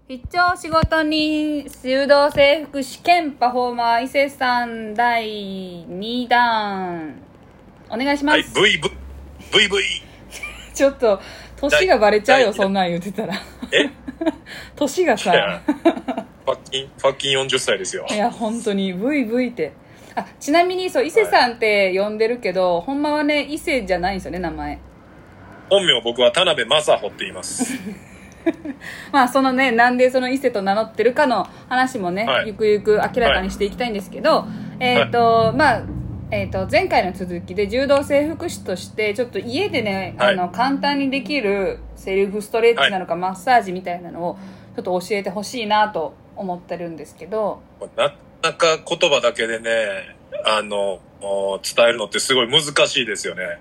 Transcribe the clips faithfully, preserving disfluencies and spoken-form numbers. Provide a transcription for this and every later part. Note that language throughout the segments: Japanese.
必聴仕事に柔道整復師兼パフォーマー伊勢さんだいに弾お願いします。 はい、ブイブイ ブイブイちょっと年がバレちゃうよ、そんなん言ってたら。 え年がさファッキンファッキンよんじゅっさいですよ。 いや本当に ブイブイ って。あ、ちなみにそう伊勢さんって呼んでるけど、はい、ほんまはね伊勢じゃないんですよね、名前。 本名僕は田辺正穂って言いますまあそのね、なんでその伊勢と名乗ってるかの話もね、はい、ゆくゆく明らかにしていきたいんですけど、はい、えっ、ー、と、はい、まあえー、と前回の続きで柔道整復師としてちょっと家でね、はい、あの簡単にできるセルフストレッチなのか、はい、マッサージみたいなのをちょっと教えてほしいなと思ってるんですけど、 なかなか言葉だけでね、あの伝えるのってすごい難しいですよね。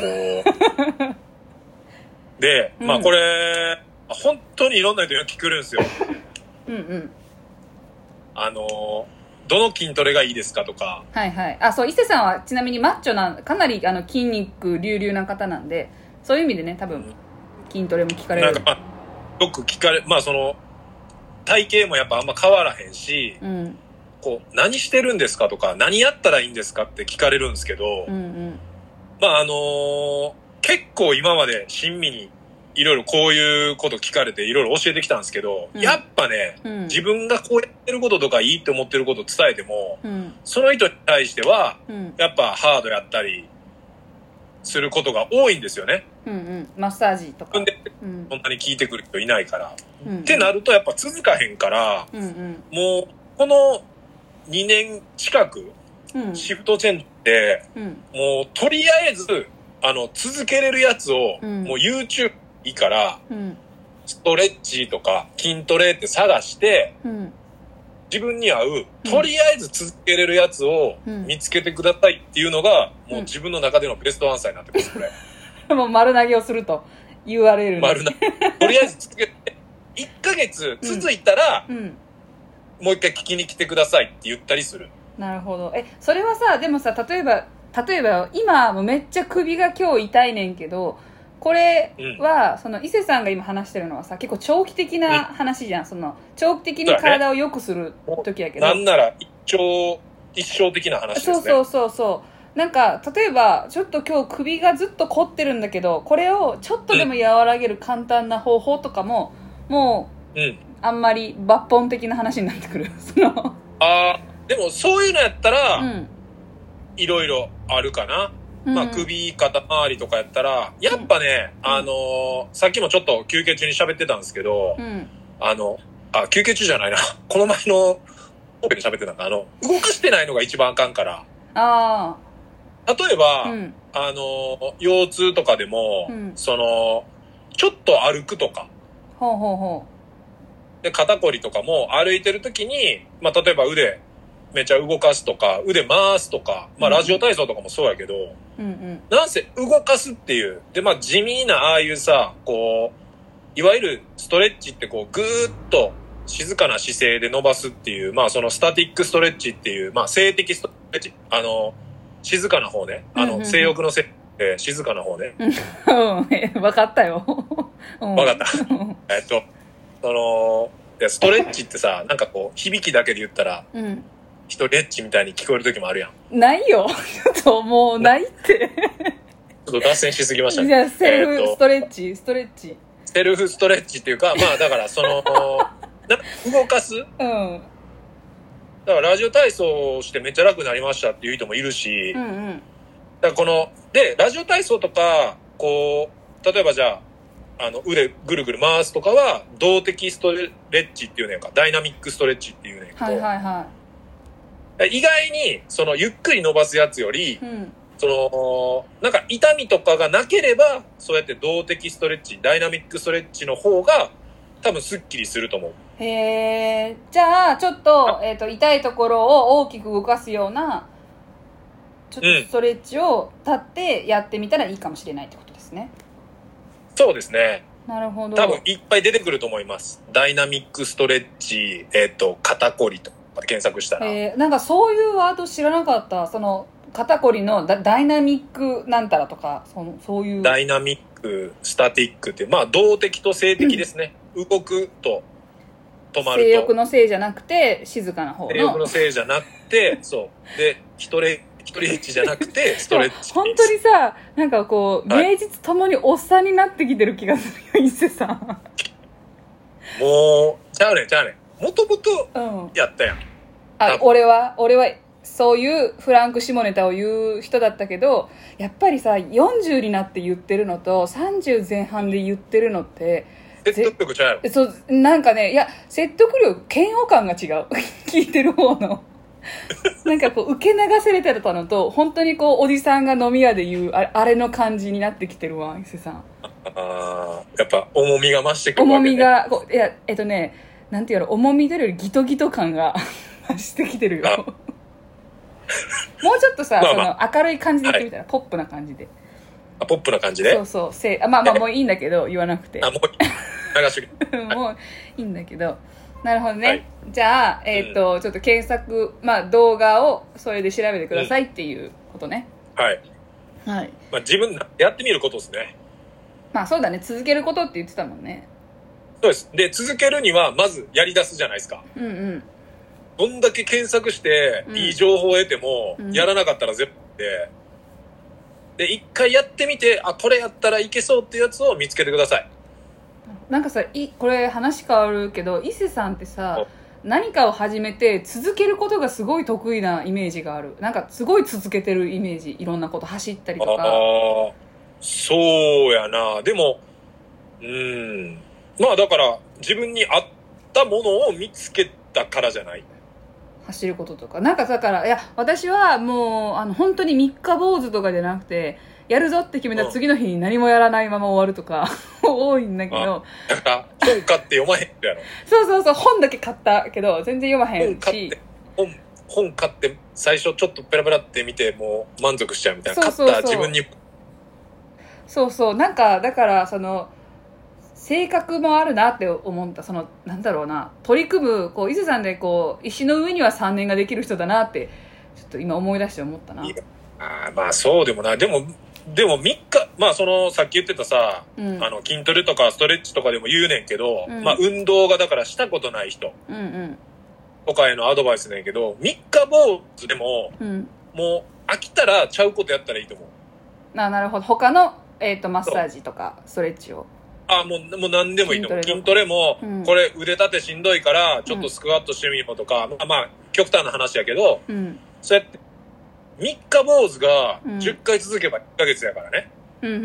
で、まあこれ、うん、本当にいろんな人に聞くるんですよ。うんうん。あのどの筋トレがいいですかとか。 はいはい。あ、そう、伊勢さんはちなみにマッチョな、かなりあの筋肉隆々な方なんで、そういう意味でね、多分筋トレも聞かれる。 なんか、まあ、よく聞かれ、まあその体型もやっぱあんま変わらへんし、うん、こう何してるんですかとか、何やったらいいんですかって聞かれるんですけど、うんうん、まああのー、結構今まで親身にいろいろこういうこと聞かれていろいろ教えてきたんですけど、うん、やっぱね、うん、自分がこうやってることとかいいって思ってることを伝えても、うん、その人に対しては、うん、やっぱハードやったりすることが多いんですよね。 うんうん、マッサージとか。 で、うん、そんなに聞いてくる人いないから。うんうん、ってなるとやっぱ続かへんから、うんうん、もうこのにねん近く、シフトチェンジで、うん、もうとりあえずあの続けれるやつを、うん、もう YouTubeいいから、うん、ストレッチとか筋トレって探して、うん、自分に合うとりあえず続けれるやつを見つけてくださいっていうのが、うん、もう自分の中でのベストアンサーになってます、これ。 もう丸投げをすると ユーアールエル に丸投げとりあえず続けていっかげつ続いたら、うんうん、もう一回聞きに来てくださいって言ったりする。 なるほど。え、それはさ、でもさ、例えば例えば今めっちゃ首が今日痛いねんけど、これは、うん、その伊勢さんが今話してるのはさ、結構長期的な話じゃん、うん、その長期的に体を良くする時やけど、 ね、なんなら一生一生的な話ですね。 そうそうそうそう。なんか例えばちょっと今日首がずっと凝ってるんだけど、これをちょっとでも和らげる簡単な方法とかも、うん、もう、うん、あんまり抜本的な話になってくる。そのあでもそういうのやったら、うん、いろいろあるかな。まあ、首、肩周りとかやったら、やっぱね、うん、あのー、さっきもちょっと休憩中に喋ってたんですけど、うん、あの、あ、休憩中じゃないな。この前のオペで喋ってたんだ。あの、動かしてないのが一番あかんから。あ例えば、うん、あの、腰痛とかでも、うん、その、ちょっと歩くとか。ほうほうほう。で、肩こりとかも歩いてるときに、まあ、例えば腕、めちゃ動かすとか腕回すとか、まあラジオ体操とかもそうやけど、うんうん、なんせ動かすっていうで、まあ地味なああいうさ、こういわゆるストレッチってこうぐーっと静かな姿勢で伸ばすっていう、まあそのスタティックストレッチっていう、まあ静的ストレッチ、あの静かな方ね、あの、うんうんうん、性欲のせ、えー、静かな方ね。 うん、分かったよ。 分かった。えっとそのストレッチってさ、なんかこう響きだけで言ったら。うんストレッチみたいに聞こえる時もあるやん。 ないよ。ちょっともうないって。 ちょっと脱線しすぎましたね。 じゃあセルフストレッチ、えー、ストレッチ。 セルフストレッチっていうか、まあだからそのなんか動かす。うん。だからラジオ体操をしてめっちゃ楽になりましたっていう人もいるし、うんうん。だからこのでラジオ体操とかこう例えばじゃああの腕ぐるぐる回すとかは動的ストレッチっていうねんか、ダイナミックストレッチっていうねんけど。はいはいはい。意外にそのゆっくり伸ばすやつより、うん、そのなんか痛みとかがなければそうやって動的ストレッチダイナミックストレッチの方が多分スッキリすると思う。 へえ。じゃあちょっと、えーと痛いところを大きく動かすようなちょっとストレッチを立ってやってみたらいいかもしれないってことですね。 うん、そうですね。 なるほど。 多分いっぱい出てくると思います。ダイナミックストレッチ、えっと肩こりと検索したら、 えー、なんかそういうワード知らなかった。その肩こりのダダイナミックなんたらとか、そのそういうダイナミックスタティックってまあ動的と静的ですね、うん、動くと止まると。 性欲のせいじゃなくて、静かな方の。 性欲のせいじゃなくて、そう。で、一人、一人エッチじゃなくて、ストレッチ。 本当にさ、なんかこう、はい、名実ともにおっさんになってきてる気がするよ、伊勢さん。 もう、ちゃうねん、ちゃうねん。もともと、やったやん。うん、 あ、俺は、俺は、そういうフランク下ネタを言う人だったけど、やっぱりさ、よんじゅうになって言ってるのと、さんじゅうぜん半で言ってるのって、 説得力ちゃうやろ。 そう、なんかね、いや、説得力、嫌悪感が違う。聞いてる方の。なんかこう、受け流せれてたのと、本当にこう、おじさんが飲み屋で言う、あれ、あれの感じになってきてるわ、伊勢さん。 ああ、やっぱ、重みが増してくるわけ、ね。 重みが、こういや、えっとね、なんていうの、重み出るよりギトギト感が増してきてるよ。もうちょっとさ、まあまあ、その明るい感じで言ってみたら、はい、ポップな感じで。 あ、ポップな感じで。 そうそう、せあまあまあもういいんだけど、言わなくて。 あ、もういい。流しもういいんだけど。なるほどね。はい、じゃあ、えっ、ー、と、うん、ちょっと検索、まあ動画をそれで調べてくださいっていうことね。 うん、はい。 はい。 まあ自分やってみることですね。 まあそうだね。続けることって言ってたもんね。 そうです。で、続けるには、まずやり出すじゃないですか。 うんうん。 どんだけ検索していい情報を得ても、うん、やらなかったら全部で、で一回やってみて、あ、これやったらいけそうっていうやつを見つけてください。 なんかさ、いこれ話変わるけど、伊勢さんってさ、何かを始めて続けることがすごい得意なイメージがある。なんかすごい続けてるイメージ。いろんなこと走ったりとか。 ああ、そうやな。でも、うーん、まあだから自分に合ったものを見つけたからじゃない。 走ることとかなんかだからいや私はもうあの本当に三日坊主とかじゃなくてやるぞって決めた次の日に何もやらないまま終わるとか多いんだけど、 なんか本買って読まへんやろ。 そうそうそう、本だけ買ったけど全然読まへんし、本買って本本買って最初ちょっとペラペラって見てもう満足しちゃうみたいな。そうそうそう、買った自分にそうそうなんかだからその性格もあるなって思った。そのなんだろうな、取り組むこう伊勢さんでこう石の上にはさんねんができる人だなってちょっと今思い出して思ったな。 あまあそうでもない。でもでもみっか、まあそのさっき言ってたさ、うん、あの筋トレとかストレッチとかでも言うねんけど、うん、まあ運動がだからしたことない人とかへのアドバイスねんけど、三日坊主でも、うん、もう飽きたらちゃうことやったらいいと思う。 あ、なるほど。他の、えーと、マッサージとかストレッチを。 あ、もう、もう何でもいいと思う。筋トレも、うん、これ腕立てしんどいから、ちょっとスクワットしてみようとか、うん、まあまあ、極端な話やけど、うん、そうやって、三日坊主がじゅっかい続けばいっかげつやからね。うん、うん、うん、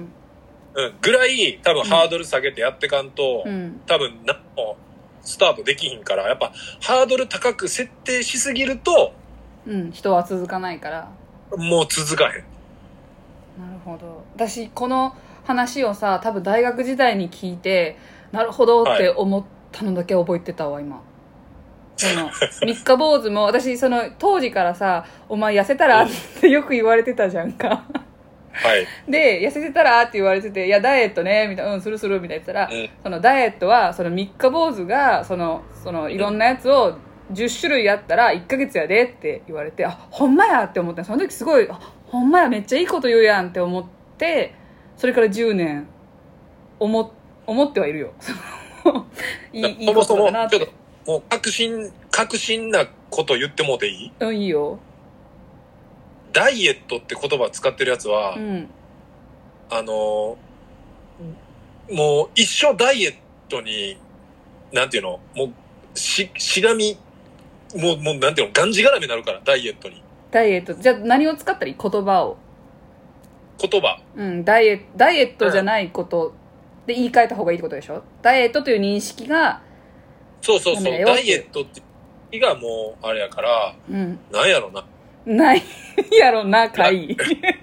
うん。ぐらい、多分ハードル下げてやってかんと、うん、多分何もスタートできひんから、やっぱハードル高く設定しすぎると、 うん、人は続かないから。 もう続かへん。 なるほど。私、この、話をさ多分大学時代に聞いてなるほどって思ったのだけ覚えてたわ今。その三日坊主も私その当時からさお前痩せたらってよく言われてたじゃんかはい、 で痩せてたらって言われてていやダイエットねみたいなうんするするみたいな言ったら、うん、そのダイエットはその三日坊主がそのそのいろんなやつをじゅっしゅるいやったらいっかげつやでって言われてあほんまやって思ってその時すごいあほんまやめっちゃいいこと言うやんって思ってそれからじゅうねん思、思ってはいるよ。いい、いいことだなって。 そもそもちょっともう確信、確信なこと言ってもうていい？ うん、いいよ。 ダイエットって言葉使ってるやつは、うん、あの、もう一生ダイエットに、なんていうの、もう、し、しがみ、もう、もうなんていうの、がんじがらめになるから、ダイエットに。 ダイエット。じゃあ何を使ったらいい？言葉を。 言葉、 うん、ダイエットダイエットじゃないことで言い換えた方がいいってことでしょ。ダイエットという認識がそうそうそうダイエットって意がもうあれやから、うん、なんやろなないやろなかい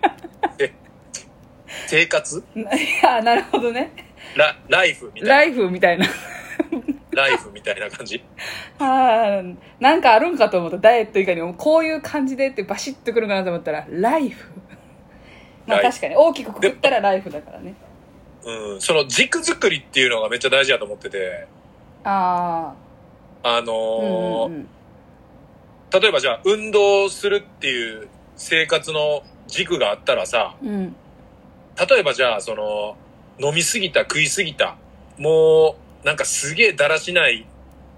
生活いやなるほどねラ, ライフみたいなライフみたいなライフみたいな感じはあなんかあるんかと思ったダイエット以外にもこういう感じでってバシッとくるかなと思ったらライフまあ確かに大きくくくったらライフだからね。 うん、その軸作りっていうのがめっちゃ大事だと思ってて。 ああ。あのーうんうん、例えばじゃあ運動するっていう生活の軸があったらさ、うん、例えばじゃあその飲みすぎた食いすぎたもうなんかすげえだらしない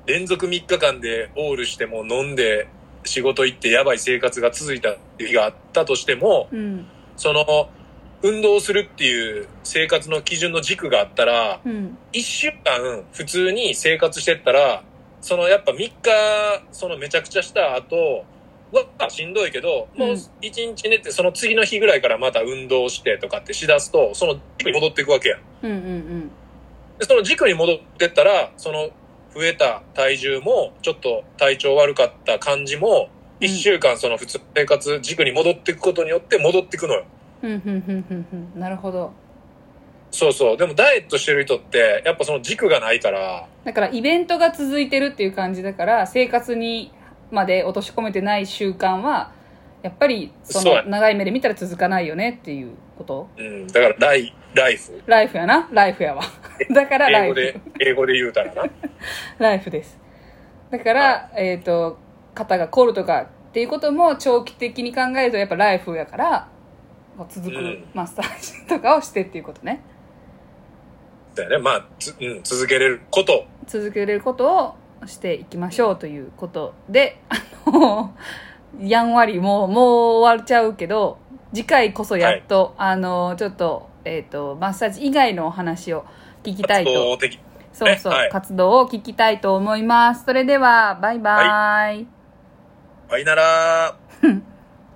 連続みっかかんでオールしても飲んで仕事行ってやばい生活が続いた日があったとしても、うん、その運動するっていう生活の基準の軸があったら、うん、いっしゅうかん普通に生活してったら、そのやっぱみっかそのめちゃくちゃした後はしんどいけど、うん、もういちにち寝てその次の日ぐらいからまた運動してとかってしだすと、その軸に戻っていくわけやん。うんうんうん、でその軸に戻ってったら、その増えた体重もちょっと体調悪かった感じも、いっしゅうかんその普通生活軸に戻っていくことによって戻っていくのよ。 うんうんうんうん、なるほど。 そうそう。でもダイエットしてる人ってやっぱその軸がないから、 だからイベントが続いてるっていう感じだから、生活にまで落とし込めてない習慣はやっぱりその長い目で見たら続かないよねっていうこと。 う、うん、だからライライフライフやな。ライフやわ。だからライフ。 英語で英語で言うたらな。 ライフです。だから、はい、えっ、ー、と肩が凝るとかっていうことも長期的に考えるとやっぱライフやから。続くマッサージとかをしてっていうことね。 だよね。まあ、つうん、続けれること続けれることをしていきましょうということで、あのやんわりもうもう終わっちゃうけど、次回こそやっと、はい、あのちょっとえっ、ー、とマッサージ以外のお話を聞きたいと、活動的、そうそう、はい、活動を聞きたいと思います。それではバイバイ。 はい、バイなら。